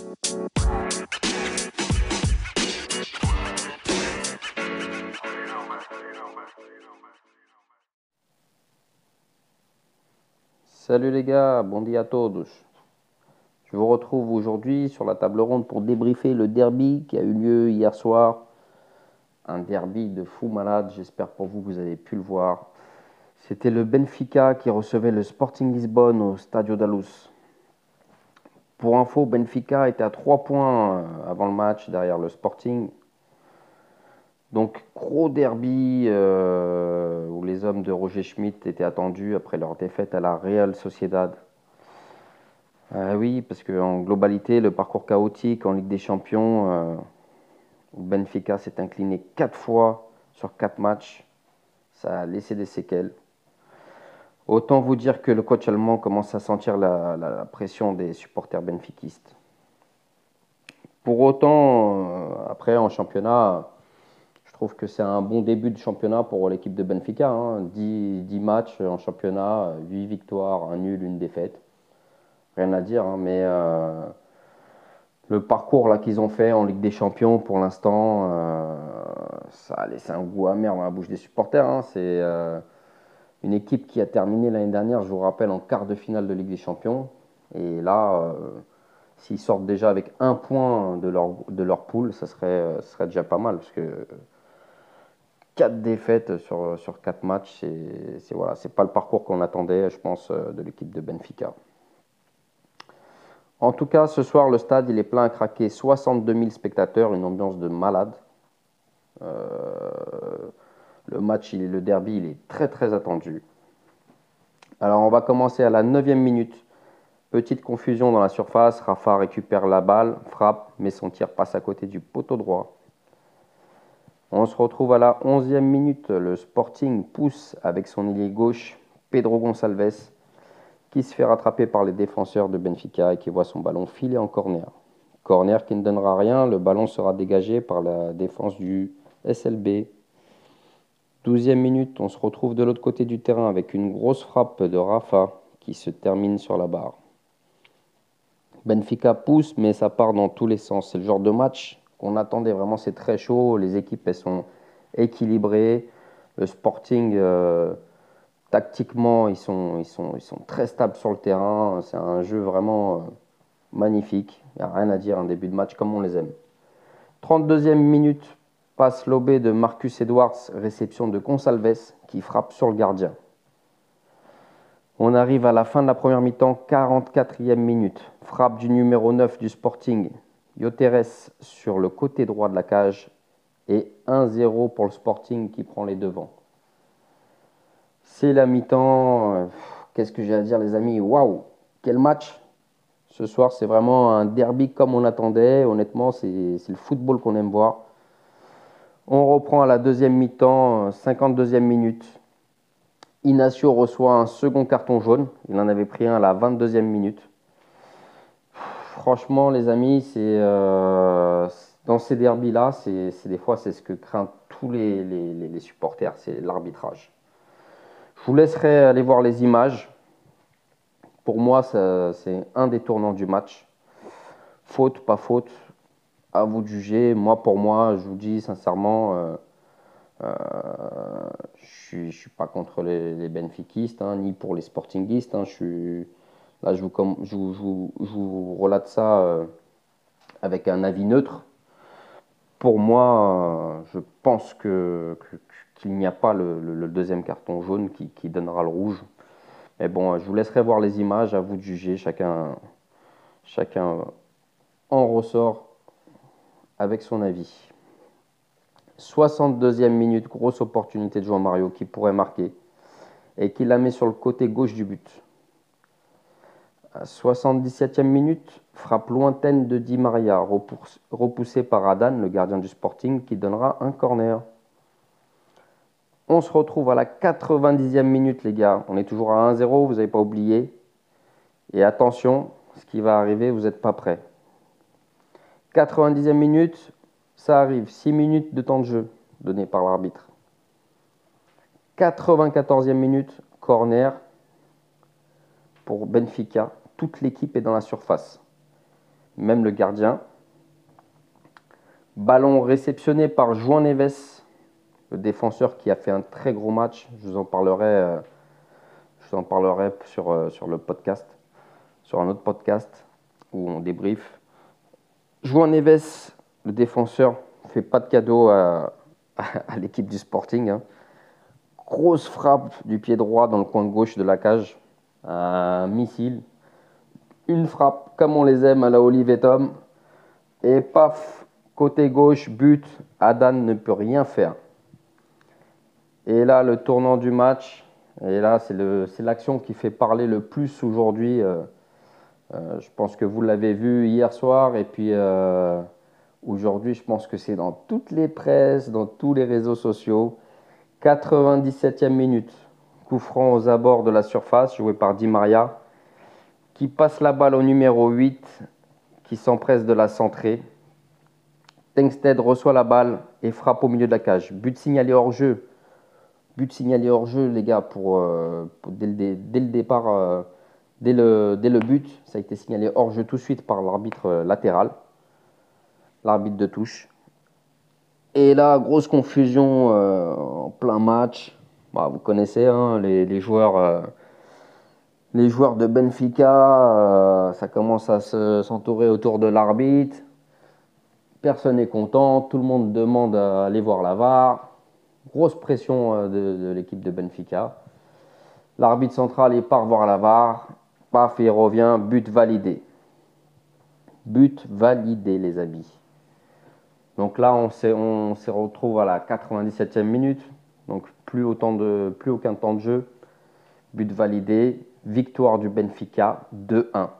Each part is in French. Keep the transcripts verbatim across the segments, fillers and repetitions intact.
Salut les gars, bon dia a todos. Je vous retrouve aujourd'hui sur la table ronde pour débriefer le derby qui a eu lieu hier soir. Un derby de fou malade, j'espère pour vous que vous avez pu le voir. C'était le Benfica qui recevait le Sporting Lisbonne au Stadio da Luz. Pour info, Benfica était à trois points avant le match derrière le Sporting. Donc gros derby euh, où les hommes de Roger Schmidt étaient attendus après leur défaite à la Real Sociedad. Euh, oui, parce qu'en globalité, le parcours chaotique en Ligue des Champions, euh, où Benfica s'est incliné quatre fois sur quatre matchs, ça a laissé des séquelles. Autant vous dire que le coach allemand commence à sentir la, la- la pression des supporters benfiquistes. Pour autant, euh, après en championnat, je trouve que c'est un bon début de championnat pour l'équipe de Benfica, hein. dix, dix matchs en championnat, huit victoires, un nul, une défaite. Rien à dire, hein, mais euh, le parcours là qu'ils ont fait en Ligue des Champions pour l'instant, euh, ça a laissé un goût amer dans la bouche des supporters, hein. C'est euh, une équipe qui a terminé l'année dernière, je vous rappelle, en quart de finale de Ligue des Champions. Et là, euh, s'ils sortent déjà avec un point de leur, de leur poule, ça serait, euh, ça serait déjà pas mal. Parce que quatre défaites sur, sur quatre matchs, c'est c'est- voilà, c'est pas le parcours qu'on attendait, je pense, euh, de l'équipe de Benfica. En tout cas, ce soir, le stade il est plein à craquer. soixante-deux mille spectateurs, une ambiance de malade. Euh, le match, il est- le derby, il est très très attendu. Alors, on va commencer à la neuvième minute. Petite confusion dans la surface. Rafa récupère la balle, frappe, mais son tir passe à côté du poteau droit. On se retrouve à la onzième minute. Le Sporting pousse avec son ailier gauche, Pedro Gonçalves, qui se fait rattraper par les défenseurs de Benfica et qui voit son ballon filer en corner. Corner qui ne donnera rien, le ballon sera dégagé par la défense du S L B. Douzième minute, on se retrouve de l'autre côté du terrain avec une grosse frappe de Rafa qui se termine sur la barre. Benfica pousse, mais ça part dans tous les sens. C'est le genre de match qu'on attendait vraiment, c'est très chaud. Les équipes, elles sont équilibrées. Le Sporting, euh, tactiquement, ils sont, ils, sont, ils sont très stables sur le terrain. C'est un jeu vraiment euh, magnifique. Il n'y a rien à dire, un début de match comme on les aime. trente-deuxième minute, passe lobé de Marcus Edwards, réception de Gonçalves qui frappe sur le gardien. On arrive à la fin de la première mi-temps, quarante-quatrième minute. Frappe du numéro neuf du Sporting, Yoteres sur le côté droit de la cage et un zéro pour le Sporting qui prend les devants. C'est la mi-temps. Qu'est-ce que j'ai à dire les amis? Waouh, quel match! Ce soir, c'est vraiment un derby comme on attendait. Honnêtement, c'est c'est le football qu'on aime voir. On reprend à la deuxième mi-temps, cinquante-deuxième minute. Inacio reçoit un second carton jaune. Il en avait pris un à la vingt-deuxième minute. Franchement, les amis, c'est euh, dans ces derbys-là, c'est c'est des fois c'est ce que craignent tous les, les, les- les supporters, c'est l'arbitrage. Je vous laisserai aller voir les images. Pour moi, ça- c'est un des tournants du match. Faute, pas faute, à vous de juger. Moi, pour moi, je vous dis sincèrement, euh, euh, je suis, je suis pas contre les, les benfiquistes, hein, ni pour les sportinguistes, hein. Je suis, là, je vous, com- je vous- je vous- je vous relate ça euh, avec un avis neutre. Pour moi, euh, je pense que, que- qu'il n'y a pas le, le- le deuxième carton jaune qui, qui donnera le rouge. Mais bon, je vous laisserai voir les images, à vous de juger. Chacun, chacun en ressort avec son avis. soixante-deuxième minute, grosse opportunité de João Mario qui pourrait marquer et qui la met sur le côté gauche du but. À soixante-dix-septième minute, frappe lointaine de Di Maria, repoussée par Adan, le gardien du Sporting, qui donnera un corner. On se retrouve à la quatre-vingt-dixième minute, les gars. On est toujours à un zéro, vous n'avez pas oublié. Et attention, ce qui va arriver, vous n'êtes pas prêts. quatre-vingt-dixième minute, ça arrive. six minutes de temps de jeu donné par l'arbitre. quatre-vingt-quatorzième minute, corner pour Benfica. Toute l'équipe est dans la surface. même le gardien. Ballon réceptionné par João Neves, le défenseur qui a fait un très gros match. Je vous en parlerai, euh, je vous en parlerai sur, euh, sur le podcast, sur un autre podcast où on débrief. João Neves, le défenseur, fait pas de cadeau à, à l'équipe du Sporting. Hein. Grosse frappe du pied droit dans le coin gauche de la cage. Un missile. Une frappe comme on les aime à la Olivier Tom. Et paf, côté gauche, but. Adan ne peut rien faire. Et là, le tournant du match. Et là, c'est l'action qui fait parler le plus aujourd'hui. Euh, euh, je pense que vous l'avez vu hier soir. Et puis euh, aujourd'hui, je pense que c'est dans toutes les presses, dans tous les réseaux sociaux. quatre-vingt-dix-septième minute. Coup franc aux abords de la surface, joué par Di Maria, qui passe la balle au numéro huit, qui s'empresse de la centrer. Tengsted reçoit la balle et frappe au milieu de la cage. But signalé hors jeu. But signalé hors jeu, les gars, pour, euh, pour dès, le, dès, le, départ, euh, dès, le, dès le but, ça a été signalé hors jeu tout de suite par l'arbitre latéral, l'arbitre de touche. Et là, grosse confusion euh, en plein match. Bah, vous connaissez hein, les, les joueurs. Euh, Les joueurs de Benfica, euh, ça commence à s'entourer autour de l'arbitre. Personne n'est content, tout le monde demande à aller voir la V A R. Grosse pression euh, de, de l'équipe de Benfica. L'arbitre central il part voir la V A R. Paf, il revient, but validé. But validé, les amis. Donc là, on se retrouve à la quatre-vingt-dix-septième minute. Donc plus, autant de, plus aucun temps de jeu. But validé. Victoire du Benfica deux un.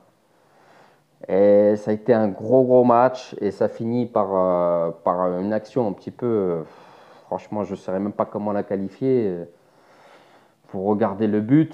Et ça a été un gros gros match et ça finit par, euh, par une action un petit peu, euh, franchement je ne saurais même pas comment la qualifier. Vous regardez le but,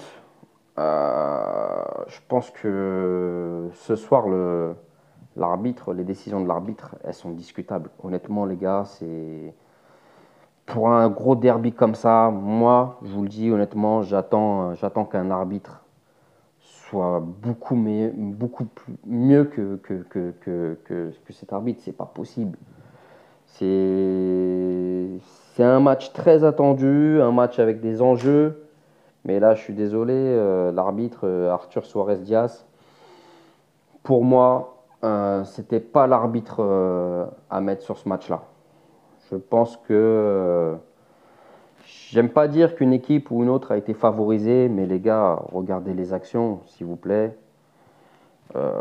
euh, je pense que ce soir l'arbitre, les décisions de l'arbitre, elles sont discutables. Honnêtement les gars, c'est pour un gros derby comme ça, moi je vous le dis honnêtement, j'attends j'attends qu'un arbitre soit beaucoup, mais, beaucoup plus, mieux que, que, que, que, que, que cet arbitre. C'est pas possible. C'est un match très attendu, un match avec des enjeux. Mais là, je suis désolé, euh, l'arbitre euh, Arthur Suarez-Diaz, pour moi, euh, c'était pas l'arbitre euh, à mettre sur ce match-là. Je pense que euh, j'aime pas dire qu'une équipe ou une autre a été favorisée, mais les gars, regardez les actions, s'il vous plaît. Euh,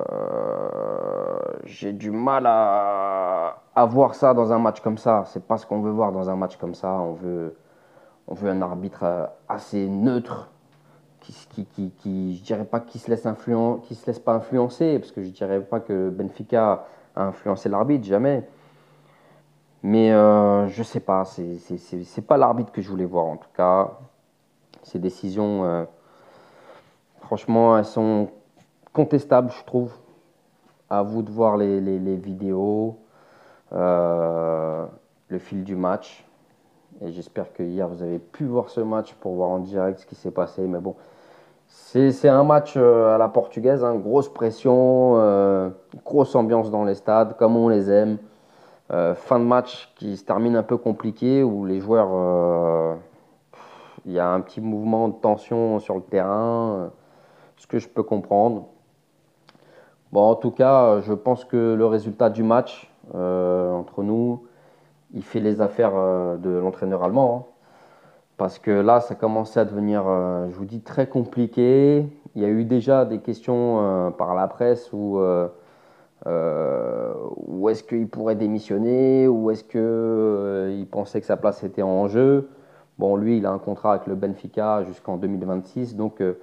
j'ai du mal à, à voir ça dans un match comme ça. C'est pas ce qu'on veut voir dans un match comme ça. On veut, on veut un arbitre assez neutre, qui, qui, qui, qui je dirais pas qui se laisse influen, qui se laisse pas influencer, parce que je dirais pas que Benfica a influencé l'arbitre, jamais. Mais euh, je sais pas, c'est, c'est, c'est, c'est pas l'arbitre que je voulais voir en tout cas. Ces décisions, euh, franchement, elles sont contestables, je trouve. À vous de voir les, les, les vidéos, euh, le fil du match. Et j'espère que hier vous avez pu voir ce match pour voir en direct ce qui s'est passé. Mais bon, c'est un match euh, à la portugaise, hein, grosse pression, euh, grosse ambiance dans les stades, comme on les aime. Euh, fin de match qui se termine un peu compliqué où les joueurs, euh, il y a un petit mouvement de tension sur le terrain, euh, ce que je peux comprendre. Bon, en tout cas, je pense que le résultat du match euh, entre nous, il fait les affaires euh, de l'entraîneur allemand. Hein. Parce que là, ça commençait à devenir, euh, je vous dis, très compliqué. Il y a eu déjà des questions euh, par la presse où, euh, euh, où est-ce qu'il pourrait démissionner, ou est-ce qu'il euh, pensait que sa place était en jeu. Bon, lui, il a un contrat avec le Benfica jusqu'en deux mille vingt-six, donc euh,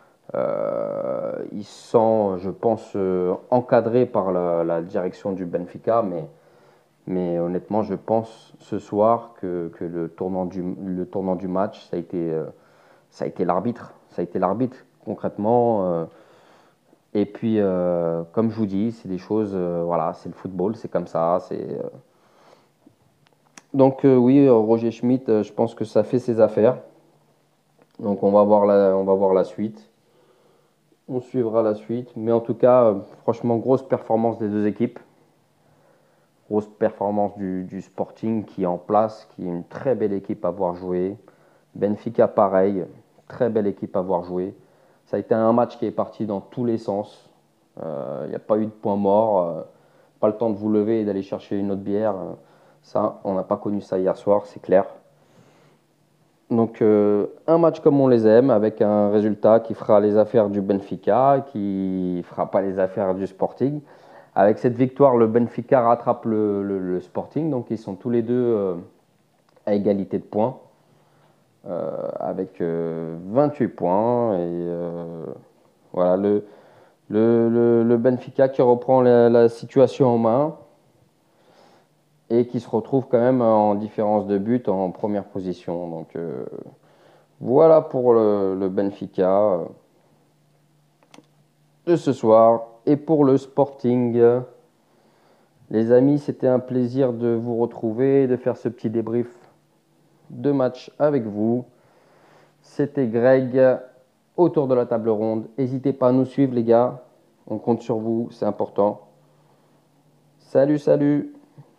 euh, il se sent, je pense, euh, encadré par la, la direction du Benfica, mais mais honnêtement, je pense ce soir que, que le, tournant du, le tournant du match, ça a été, euh, ça a été l'arbitre. Ça a été l'arbitre, concrètement. Euh, et puis, euh, comme je vous dis, c'est des choses, euh, voilà, c'est le football, c'est comme ça. C'est, euh... Donc, euh, oui, Roger Schmidt, euh, je pense que ça fait ses affaires. Donc, on va voir la, on va voir la suite. On suivra la suite. Mais en tout cas, euh, franchement, grosse performance des deux équipes. Grosse performance du, du Sporting qui est en place, qui est une très belle équipe à voir jouer. Benfica, pareil, très belle équipe à voir jouer. Ça a été un match qui est parti dans tous les sens. Il euh, n'y a pas eu de point mort. Euh, pas le temps de vous lever et d'aller chercher une autre bière. Euh, ça, on n'a pas connu ça hier soir, c'est clair. Donc, euh, un match comme on les aime, avec un résultat qui fera les affaires du Benfica, qui ne fera pas les affaires du Sporting. Avec cette victoire, le Benfica rattrape le, le, le Sporting, donc ils sont tous les deux euh, à égalité de points, euh, avec euh, vingt-huit points. Et euh, voilà, le, le, le, le Benfica qui reprend la, la situation en main et qui se retrouve quand même en différence de but en première position. Donc euh, voilà pour le, le Benfica de ce soir. Et pour le Sporting, les amis, c'était un plaisir de vous retrouver, de faire ce petit débrief de match avec vous. C'était Greg autour de la table ronde. N'hésitez pas à nous suivre, les gars. On compte sur vous, c'est important. Salut, salut!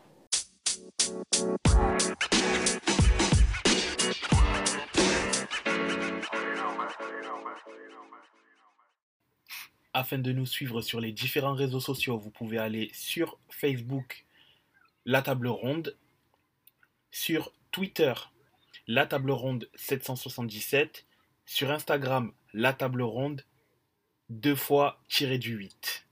Afin de nous suivre sur les différents réseaux sociaux, vous pouvez aller sur Facebook, La Table Ronde, sur Twitter, La Table Ronde sept cent soixante-dix-sept, sur Instagram, La Table Ronde, deux fois tiré du huit.